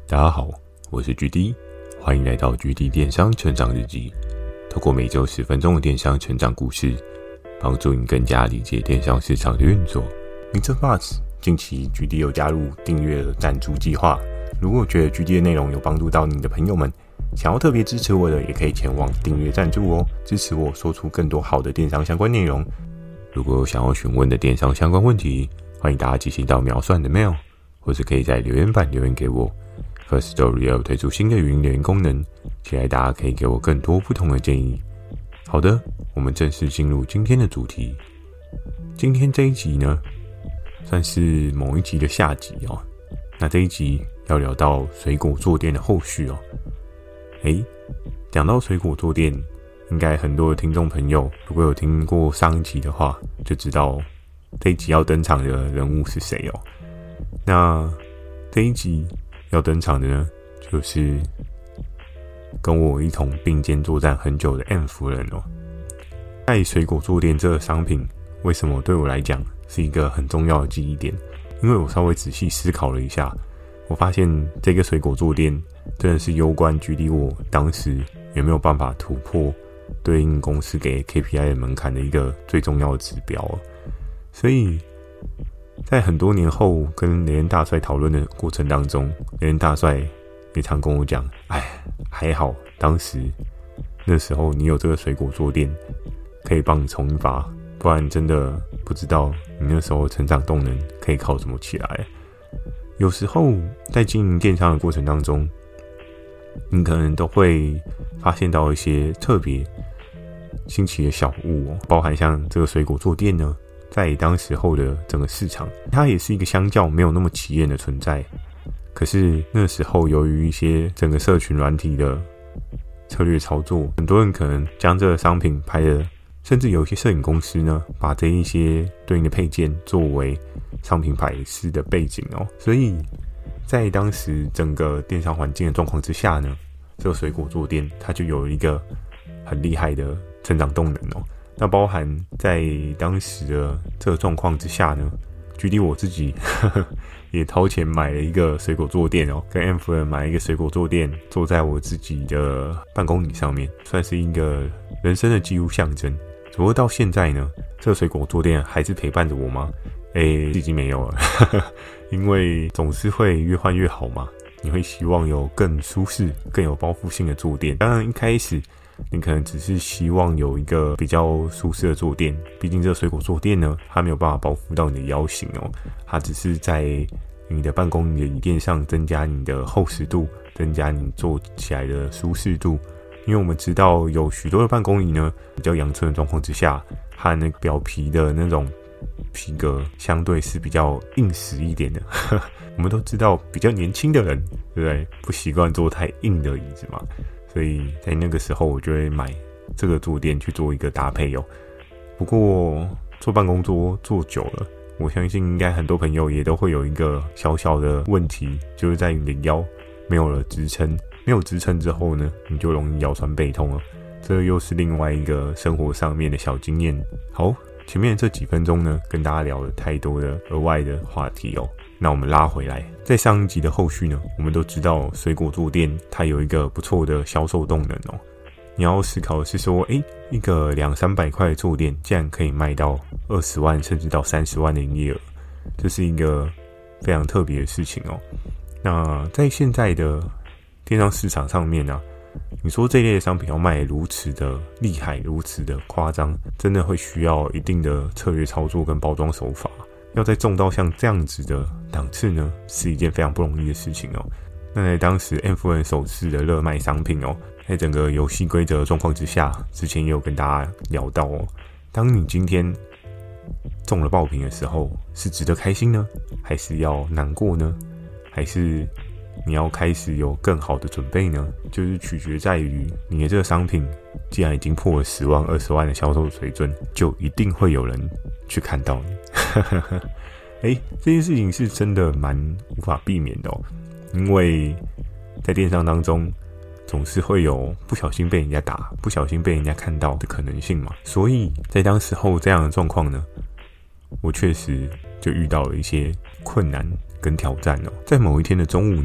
大家好，我是 GD， 欢迎来到 GD 电商成长日记。透过每周10分钟的电商成长故事，帮助你更加理解电商市场的运作。Mr. Buzz， 近期 GD 有加入订阅的赞助计划，如果觉得 GD 的内容有帮助到你的朋友们，想要特别支持我的，也可以前往订阅赞助哦，支持我说出更多好的电商相关内容。如果有想要询问的电商相关问题，欢迎大家寄信到描述栏的 mail， 或是可以在留言板留言给我。Firstory 也有推出新的语音留言功能，期待大家可以给我更多不同的建议。好的，我们正式进入今天的主题。今天这一集呢，算是某一集的下集哦。那这一集要聊到水果坐垫的后续哦。讲到水果坐垫，应该很多的听众朋友如果有听过上一集的话，就知道这一集要登场的人物是谁哦。那这一集要登场的呢，就是跟我一同并肩作战很久的 M 夫人哦。在水果坐垫这个商品，为什么对我来讲是一个很重要的记忆点？因为我稍微仔细思考了一下，我发现这个水果坐垫真的是攸关距离我当时有没有办法突破对应公司给 KPI 的门槛的一个最重要的指标哦。所以在很多年后跟雷恩大帅讨论的过程当中，雷恩大帅也常跟我讲，还好当时那时候你有这个水果坐垫可以帮你冲一发，不然真的不知道你那时候成长动能可以靠什么起来。有时候在经营电商的过程当中，你可能都会发现到一些特别新奇的小物哦，包含像这个水果坐垫呢，在当时候的整个市场，它也是一个相较没有那么起眼的存在。可是那时候由于一些整个社群软体的策略操作，很多人可能将这个商品拍的，甚至有一些摄影公司呢，把这一些对应的配件作为商品摆饰的背景哦。所以在当时整个电商环境的状况之下呢，这个水果坐垫它就有一个很厉害的成长动能哦。那包含在当时的这个状况之下呢，举例我自己也掏钱买了一个水果坐垫哦，跟 M 夫人买一个水果坐垫，坐在我自己的办公椅上面，算是一个人生的几乎象征。不过到现在呢，这个水果坐垫还是陪伴着我吗？已经没有了因为总是会越换越好嘛，你会希望有更舒适更有包覆性的坐垫。当然一开始你可能只是希望有一个比较舒适的坐垫，毕竟这个水果坐垫呢，它没有办法包覆到你的腰型哦，它只是在你的办公椅的椅垫上增加你的厚实度，增加你坐起来的舒适度。因为我们知道有许多的办公椅呢，比较阳春的状况之下，它那个表皮的那种皮革相对是比较硬实一点的我们都知道比较年轻的人，对不对？不习惯坐太硬的椅子嘛，所以在那个时候我就会买这个坐垫去做一个搭配哦。不过坐办公桌坐久了，我相信应该很多朋友也都会有一个小小的问题，就是在于你的腰没有了支撑，没有支撑之后呢，你就容易腰酸背痛了。这又是另外一个生活上面的小经验。好，前面这几分钟呢，跟大家聊了太多的额外的话题哦。那我们拉回来，在上一集的后续呢，我们都知道水果坐垫它有一个不错的销售动能哦。你要思考的是说，一个200-300块的坐垫，竟然可以卖到20万甚至到30万的营业额，这是一个非常特别的事情哦。那在现在的电商市场上面啊，你说这类的商品要卖如此的厉害，如此的夸张，真的会需要一定的策略操作跟包装手法。要再中到像这样子的档次呢，是一件非常不容易的事情哦。那在当时 M 夫人首次的热卖商品哦，在整个游戏规则的状况之下，之前也有跟大家聊到哦，当你今天中了爆品的时候，是值得开心呢，还是要难过呢？还是你要开始有更好的准备呢？就是取决在于你的这个商品既然已经破了10万、20万的销售水准，就一定会有人去看到你这件事情是真的蛮无法避免的哦，因为在电商当中总是会有不小心被人家打，不小心被人家看到的可能性嘛。所以在当时候这样的状况呢，我确实就遇到了一些困难跟挑战哦。在某一天的中午呢，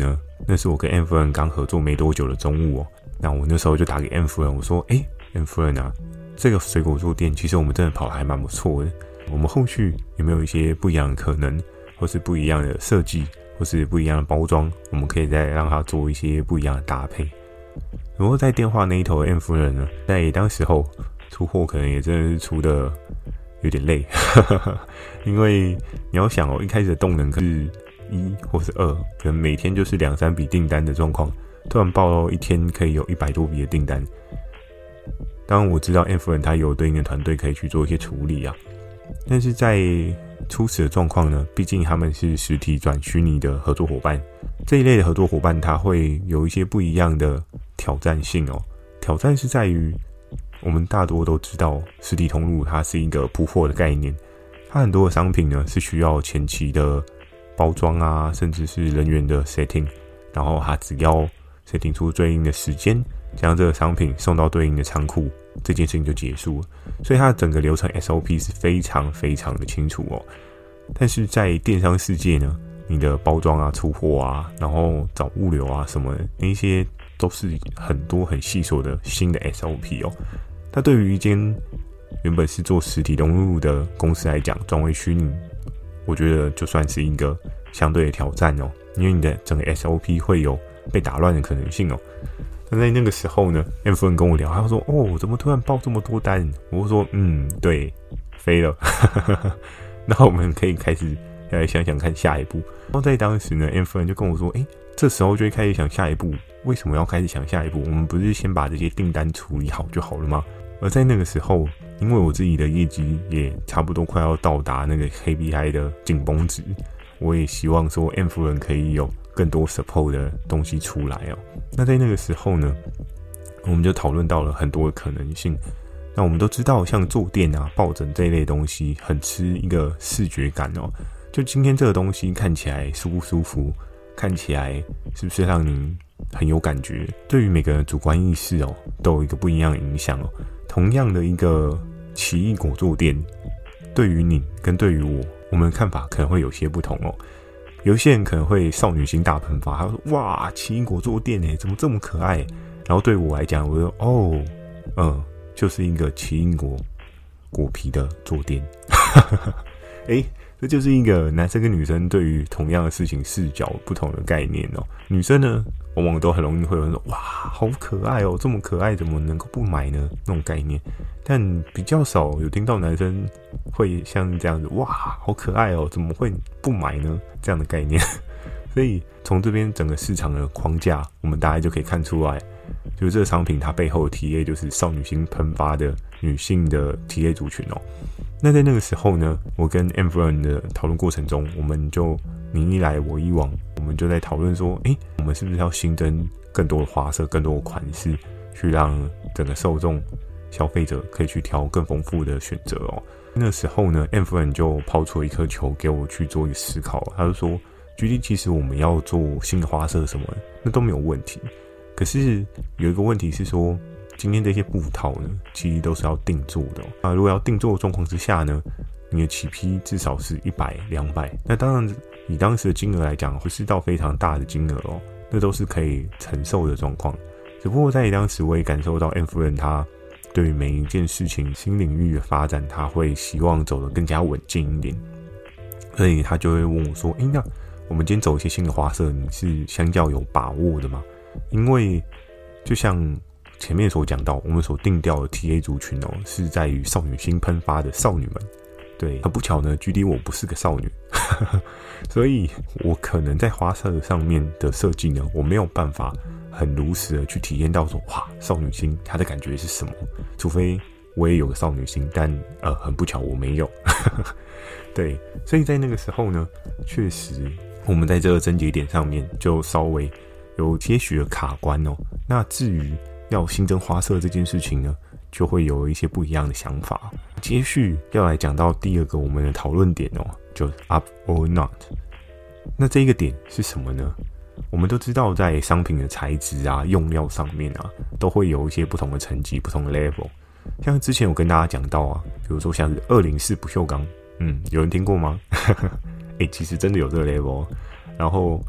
那是我跟 M 夫人刚合作没多久的中午哦。那我那时候就打给 M 夫人，我说M 夫人啊，这个水果做店其实我们真的跑得还蛮不错的，我们后续有没有一些不一样的可能，或是不一样的设计，或是不一样的包装，我们可以再让它做一些不一样的搭配。然后在电话那一头的 M 夫人呢，在当时候出货可能也真的是出的有点累因为你要想一开始的动能可是1或是2，可能每天就是2-3笔订单的状况，突然爆到一天可以有100多笔的订单。当然我知道 M 夫人她有对应的团队可以去做一些处理啊，但是在初始的状况呢，毕竟他们是实体转虚拟的合作伙伴，这一类的合作伙伴他会有一些不一样的挑战性哦。挑战是在于我们大多都知道实体通路它是一个铺货的概念，它很多的商品呢是需要前期的包装啊，甚至是人员的 setting， 然后它只要 setting 出对应的时间，将这个商品送到对应的仓库，这件事情就结束了。所以它的整个流程 SOP 是非常非常的清楚哦。但是在电商世界呢，你的包装啊、出货啊，然后找物流啊什么的，那些都是很多很细琐的新的 SOP 哦。那对于一间原本是做实体通路的公司来讲，转为虚拟，我觉得就算是一个相对的挑战哦，因为你的整个 SOP 会有被打乱的可能性哦。那在那个时候呢 ，M 夫人跟我聊，他说：“怎么突然爆这么多单？”我说：“对，飞了。”那我们可以开始来想想看下一步。然后在当时呢 ，M 夫人就跟我说：“这时候就会开始想下一步。为什么要开始想下一步？我们不是先把这些订单处理好就好了吗？”而在那个时候，因为我自己的业绩也差不多快要到达那个 KPI 的紧绷值，我也希望说 M 夫人可以有更多 support 的东西出来哦。那在那个时候呢，我们就讨论到了很多的可能性。那我们都知道，像坐垫啊、抱枕这一类东西，很吃一个视觉感哦。就今天这个东西看起来舒不舒服，看起来是不是让你很有感觉，对于每个人主观意识哦，都有一个不一样的影响哦。同样的一个奇异果坐垫，对于你跟对于我们的看法可能会有些不同哦。有些人可能会少女心大喷发，他说：“哇，奇异果坐垫怎么这么可爱？”然后对我来讲，我说：“就是一个奇异果果皮的坐垫。”这就是一个男生跟女生对于同样的事情视角不同的概念哦。女生呢，往往都很容易会有人说：“哇，好可爱哦，这么可爱，怎么能够不买呢？”那种概念。但比较少有听到男生会像这样子：“哇，好可爱哦，怎么会不买呢？”这样的概念。所以从这边整个市场的框架，我们大概就可以看出来，就是这个商品它背后的 TA 就是少女心喷发的女性的 TA 族群哦。那在那个时候呢，我跟 M 夫人的讨论过程中，我们就你一来我一往，我们就在讨论说，我们是不是要新增更多的花色、更多的款式，去让整个受众消费者可以去挑更丰富的选择哦。那时候呢 ，M 夫人就抛出了一颗球给我去做一个思考，他就说，GD 其实我们要做新的花色什么的，那都没有问题。可是有一个问题是说，今天这些布套呢，其实都是要定做的哦。如果要定做的状况之下呢，你的起批至少是100、200。那当然，以当时的金额来讲，不是到非常大的金额哦，那都是可以承受的状况。只不过在当时，我也感受到 M 夫人她对于每一件事情新领域的发展，她会希望走得更加稳健一点，所以她就会问我说：“那我们今天走一些新的花色，你是相较有把握的吗？”因为就像前面所讲到，我们所定调的 TA 族群哦，是在于少女心喷发的少女们。对，很不巧呢，GD 我不是个少女，所以我可能在花色上面的设计呢，我没有办法很如实的去体验到说，哇，少女心它的感觉是什么？除非我也有个少女心，但很不巧我没有。对，所以在那个时候呢，确实我们在这个症结点上面就稍微有些许的卡关哦。那至于要新增花色这件事情呢，就会有一些不一样的想法。接续要来讲到第二个我们的讨论点哦，就是 up or not。那这一个点是什么呢？我们都知道，在商品的材质啊、用料上面啊，都会有一些不同的层级、不同的 level。像之前有跟大家讲到啊，比如说像是204不锈钢，有人听过吗？其实真的有这个 level。然后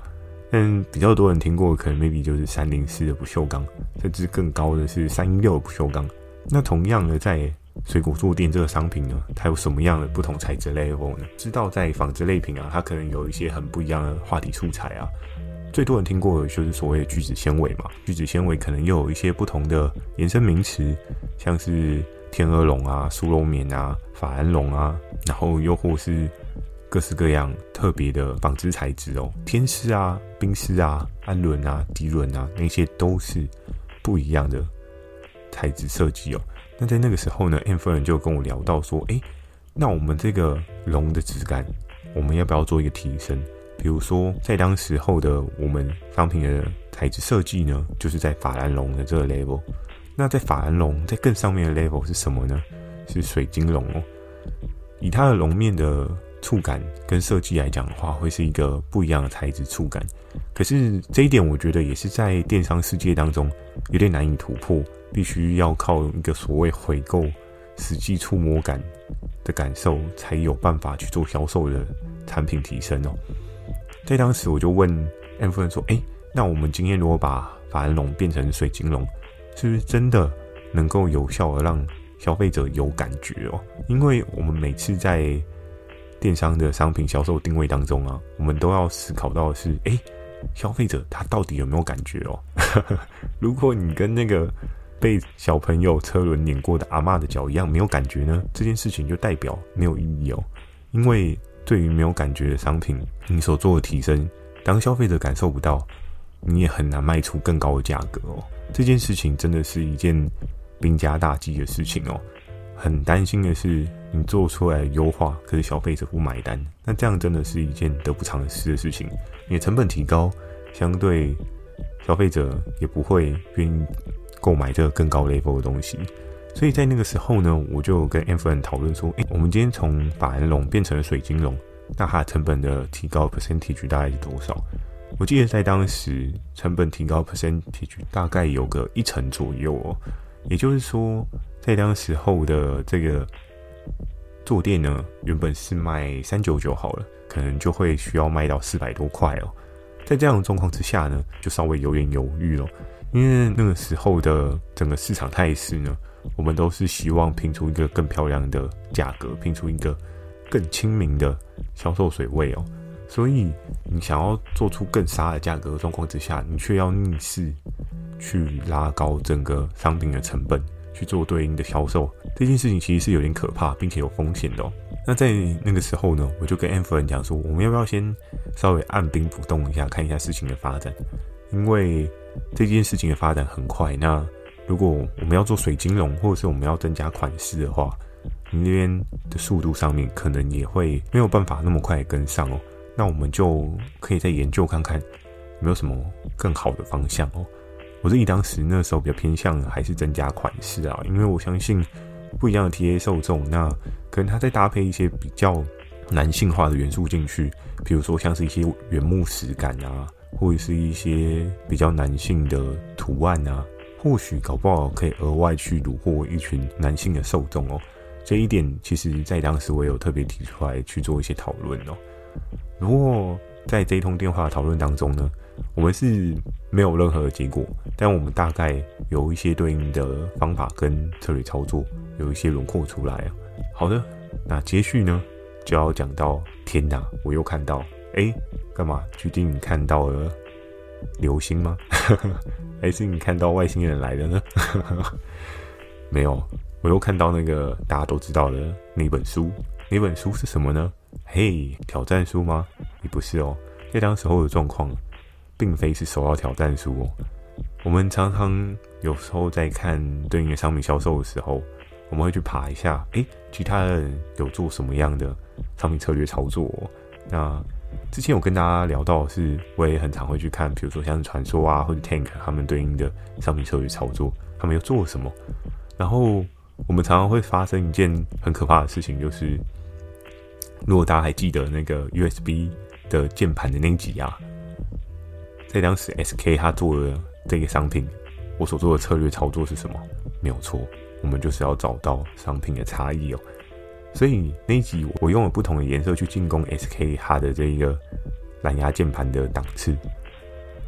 但比较多人听过可能 maybe 就是304的不锈钢，甚至更高的是316的不锈钢。那同样的，在水果坐垫这个商品呢，它有什么样的不同材质 level 呢？知道在纺织类品啊，它可能有一些很不一样的化体素材啊。最多人听过的就是所谓的聚酯纤维嘛，聚酯纤维可能又有一些不同的延伸名词，像是天鹅绒啊、苏柔棉啊、法兰绒啊，然后又或是各式各样特别的纺织材质哦，天丝啊、冰丝啊、氨纶啊、涤纶啊，那些都是不一样的材质设计哦。那在那个时候呢 ，M 夫人就跟我聊到说，那我们这个绒的质感，我们要不要做一个提升？比如说，在当时候的我们商品的材质设计呢，就是在法兰绒的这个 level。那在法兰绒在更上面的 level 是什么呢？是水晶绒哦。以它的绒面的触感跟设计来讲的话，会是一个不一样的材质触感。可是这一点，我觉得也是在电商世界当中有点难以突破，必须要靠一个所谓回购、实际触摸感的感受，才有办法去做销售的产品提升哦。在当时我就问 M 夫人说，那我们今天如果把法兰绒变成水晶绒，是不是真的能够有效的让消费者有感觉哦？因为我们每次在电商的商品销售定位当中啊，我们都要思考到的是，消费者他到底有没有感觉哦？如果你跟那个被小朋友车轮碾过的阿嬷的脚一样没有感觉呢，这件事情就代表没有意义哦。因为对于没有感觉的商品，你所做的提升，当消费者感受不到，你也很难卖出更高的价格哦。这件事情真的是一件兵家大忌的事情哦。很担心的是，你做出来的优化，可是消费者不买单，那这样真的是一件得不偿失的事情。你的成本提高，相对消费者也不会愿意购买这个更高 level 的东西。所以在那个时候呢，我就跟 M 夫人讨论说，我们今天从法兰绒变成了水晶绒，那它的成本的提高 percentage 大概是多少？我记得在当时成本提高 percentage 大概有个1%左右哦。也就是说，在当时候的这个坐垫呢，原本是卖399好了，可能就会需要卖到400多块哦。在这样的状况之下呢，就稍微有点犹豫了，因为那个时候的整个市场态势呢，我们都是希望拼出一个更漂亮的价格，拼出一个更亲民的销售水位哦。所以你想要做出更杀的价格的状况之下，你却要逆势去拉高整个商品的成本，去做对应的销售，这件事情其实是有点可怕，并且有风险的哦。那在那个时候呢，我就跟 M 夫人讲说，我们要不要先稍微按兵不动一下，看一下事情的发展，因为这件事情的发展很快。那如果我们要做水晶绒，或者是我们要增加款式的话，你那边的速度上面可能也会没有办法那么快跟上哦。那我们就可以再研究看看有没有什么更好的方向哦。我自己当时那时候比较偏向还是增加款式啊，因为我相信不一样的 TA 受众，那可能他再搭配一些比较男性化的元素进去，比如说像是一些原木质感啊，或者是一些比较男性的图案啊，或许搞不好可以额外去虏获一群男性的受众哦。这一点其实在当时我也有特别提出来去做一些讨论哦。不过在这一通电话的讨论当中呢，我们是没有任何的结果，但我们大概有一些对应的方法跟策略操作，有一些轮廓出来啊。好的，那接续呢就要讲到，天哪，我又看到，干嘛？决定你看到了流星吗？还是你看到外星人来了呢？没有，我又看到那个大家都知道的那本书。那本书是什么呢？挑战书吗？也不是哦。在当时候的状况，并非是首要挑战书哦。我们常常有时候在看对应的商品销售的时候，我们会去爬一下，其他人有做什么样的商品策略操作哦。那之前有跟大家聊到的是，我也很常会去看，比如说像是传说啊，或者 Tank 他们对应的商品策略操作，他们又做了什么。然后我们常常会发生一件很可怕的事情，就是如果大家还记得那个 USB 的键盘的那一集啊，在当时 SK 他做的这个商品，我所做的策略操作是什么？没有错，我们就是要找到商品的差异哦。所以那一集我用了不同的颜色去进攻 SK 它的这一个蓝牙键盘的档次，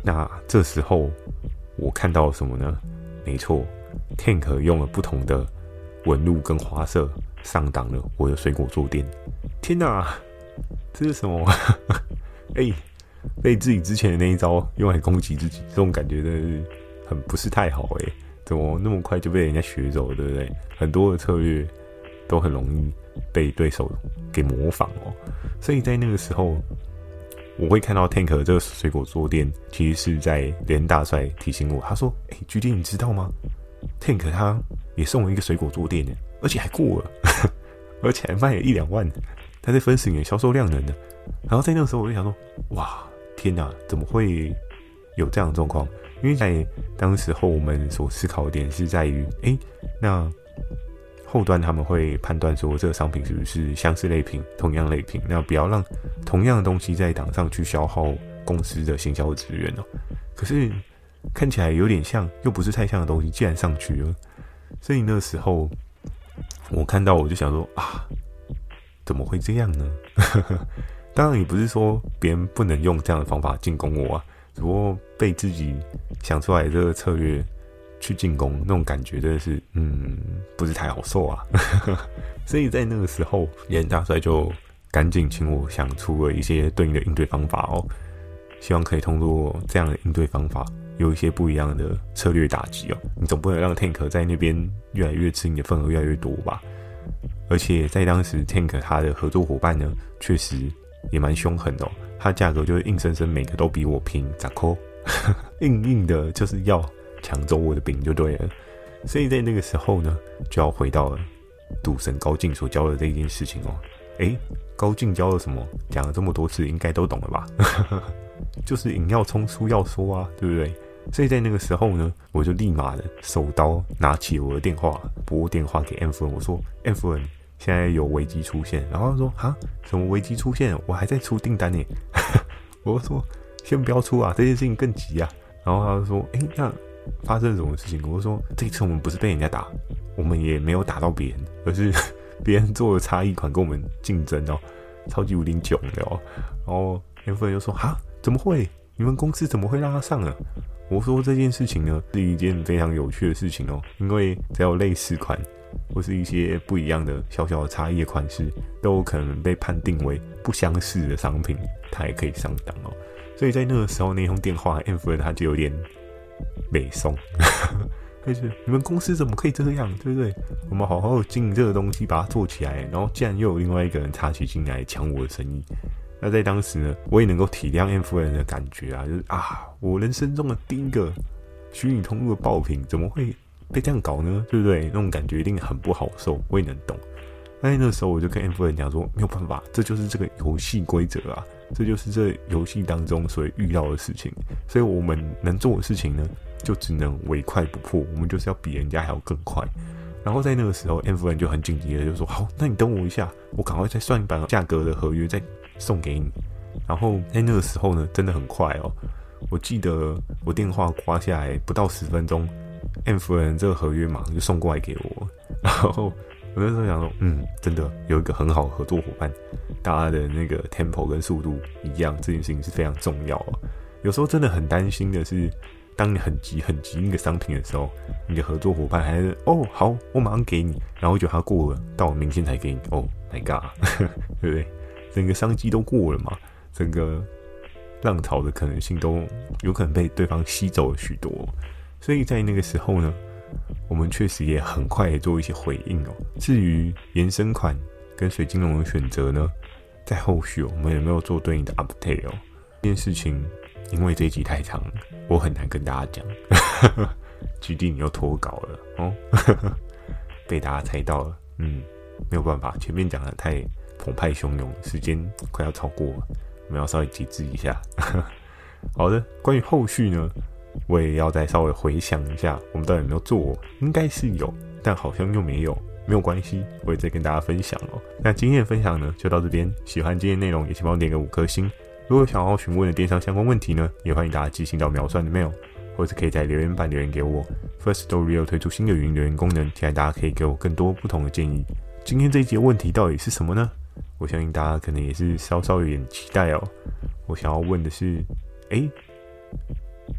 那这时候我看到了什么呢？没错 ，Tank 用了不同的纹路跟花色上档了我的水果坐垫。天哪，这是什么？被自己之前的那一招用来攻击自己，这种感觉真的是很不是太好怎么那么快就被人家学走了，对不对？很多的策略都很容易被对手给模仿所以在那个时候，我会看到 Tank 这个水果坐垫，其实是在连大帅提醒我，他说：“GD 你知道吗 ？Tank 他也送我一个水果坐垫而且还过了，而且还卖了1-2万，他在分时也销售量能的。”然后在那个时候，我就想说：“哇，天哪，怎么会有这样的状况？”因为在当时候我们所思考的点是在于，那后端他们会判断说这个商品是不是相似类品、同样类品，那不要让同样的东西在档上去消耗公司的行销资源可是看起来有点像，又不是太像的东西，竟然上去了。所以那时候我看到我就想说怎么会这样呢？当然也不是说别人不能用这样的方法进攻我只不过被自己想出来的这个策略去进攻，那种感觉真的是不是太好受所以在那个时候，严大帅就赶紧请我想出了一些对应的应对方法希望可以通过这样的应对方法有一些不一样的策略打击你总不能让 Tank 在那边越来越吃你的份额越来越多吧。而且在当时 Tank 他的合作伙伴呢，确实也蛮凶狠的他价格就是硬生生每个都比我平10块硬的就是要抢走我的饼就对了。所以在那个时候呢，就要回到了赌神高进所教的这一件事情高进教了什么？讲了这么多次，应该都懂了吧？就是赢要冲，输要说对不对？所以在那个时候呢，我就立马的手刀拿起我的电话，拨电话给 M 夫人，我说 M 夫人现在有危机出现，然后他说什么危机出现？我还在出订单呢。我就说先不要出这件事情更急然后他就说那发生了什么事情？我就说这一次我们不是被人家打，我们也没有打到别人，而是别人做了差异款跟我们竞争超级无敌囧的然后 M 夫人就说怎么会？你们公司怎么会让他上呢？我说这件事情呢是一件非常有趣的事情因为只要有类似款或是一些不一样的小小的差异的款式，都有可能被判定为不相似的商品，它也可以上档所以在那个时候，那通电话 M 夫人他就有点美松，就是你们公司怎么可以这样，对不对？我们好好的经营这个东西，把它做起来，然后竟然又有另外一个人插起进来抢我的生意。那在当时呢，我也能够体谅 M 夫人的感觉就是我人生中的第一个虚拟通路的爆品，怎么会被这样搞呢？对不对？那种感觉一定很不好受，我也能懂。那那时候我就跟 M 夫人讲说，没有办法，这就是这个游戏规则这就是这游戏当中所遇到的事情，所以我们能做的事情呢，就只能唯快不破，我们就是要比人家还要更快。然后在那个时候 M 夫人就很紧急的就说，好，那你等我一下，我赶快再算一版价格的合约再送给你。然后在那个时候呢，真的很快我记得我电话挂下来不到10分钟， M 夫人这个合约马上就送过来给我。然后我那时候想说，真的有一个很好的合作伙伴，大家的那个 tempo 跟速度一样，这件事情是非常重要有时候真的很担心的是，当你很急一个商品的时候，你的合作伙伴还是好，我马上给你，然后就他过了，到我明天才给你，my god 对不对？整个商机都过了嘛，整个浪潮的可能性都有可能被对方吸走了许多。所以在那个时候呢，我们确实也很快地做一些回应至于延伸款跟水晶龙的选择呢，在后续我们有没有做对应的 update 这件事情，因为这一集太长，我很难跟大家讲。GD 你又脱稿了被大家猜到了。没有办法，前面讲的太澎湃汹涌，时间快要超过了，我们要稍微节制一下。好的，关于后续呢，我也要再稍微回想一下，我们到底有没有做？应该是有，但好像又没有。没有关系，我也再跟大家分享那今天的分享呢，就到这边。喜欢今天内容，也请帮我点个5颗星。如果想要询问的电商相关问题呢，也欢迎大家寄信到秒算的 mail， 或是可以在留言板留言给我。Firstory 有推出新的语音留言功能，期待大家可以给我更多不同的建议。今天这一集的问题到底是什么呢？我相信大家可能也是稍稍有点期待我想要问的是，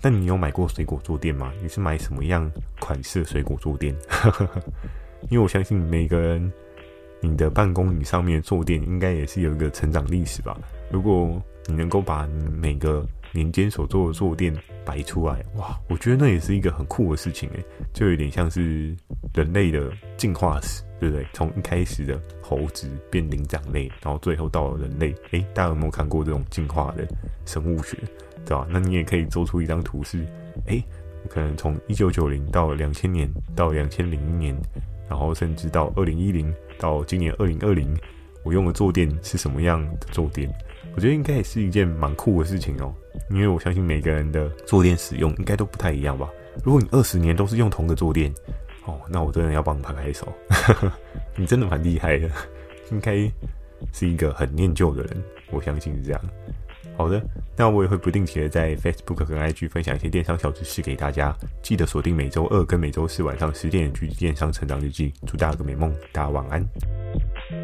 那你有买过水果坐垫吗？你是买什么样款式的水果坐垫？因为我相信每个人，你的办公椅上面的坐垫应该也是有一个成长历史吧。如果你能够把你每个年间所做的坐垫摆出来，哇，我觉得那也是一个很酷的事情就有点像是人类的进化史，对不对？从一开始的猴子变灵长类，然后最后到了人类。大家有没有看过这种进化的生物学？对吧？那你也可以做出一张图是，可能从1990到2000年到2001年，然后甚至到2010到今年2020，我用的坐垫是什么样的坐垫？我觉得应该也是一件蛮酷的事情因为我相信每个人的坐垫使用应该都不太一样吧。如果你20年都是用同个坐垫，那我真的要帮你拍拍手，你真的蛮厉害的，应该是一个很念旧的人，我相信是这样。好的，那我也会不定期的在 Facebook 跟 IG 分享一些电商小知识给大家，记得锁定每周2跟每周4晚上10点的GD电商成长日记。祝大家有个美梦，大家晚安。